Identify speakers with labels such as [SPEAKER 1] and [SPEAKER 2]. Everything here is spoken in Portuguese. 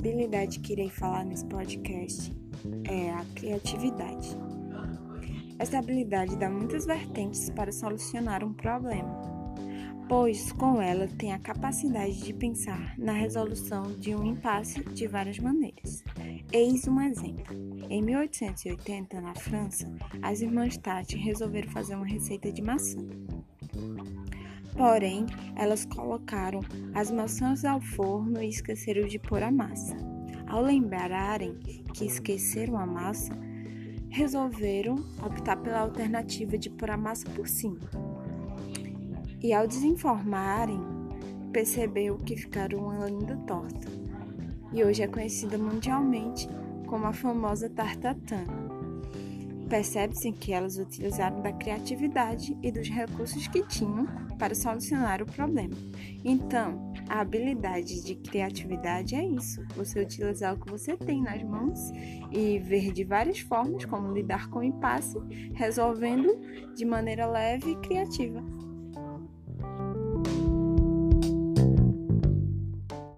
[SPEAKER 1] habilidade que irei falar nesse podcast é a criatividade. Essa habilidade dá muitas vertentes para solucionar um problema, pois com ela tem a capacidade de pensar na resolução de um impasse de várias maneiras. Eis um exemplo. Em 1880, na França, as irmãs Tati resolveram fazer uma receita de maçã. Porém, elas colocaram as maçãs ao forno e esqueceram de pôr a massa. Ao lembrarem que esqueceram a massa, resolveram optar pela alternativa de pôr a massa por cima. E ao desinformarem, percebeu que ficaram uma linda torta. E hoje é conhecida mundialmente como a famosa tartatã. Percebe-se que elas utilizaram da criatividade e dos recursos que tinham para solucionar o problema. Então, a habilidade de criatividade é isso: você utilizar o que você tem nas mãos e ver de várias formas como lidar com o impasse, resolvendo de maneira leve e criativa.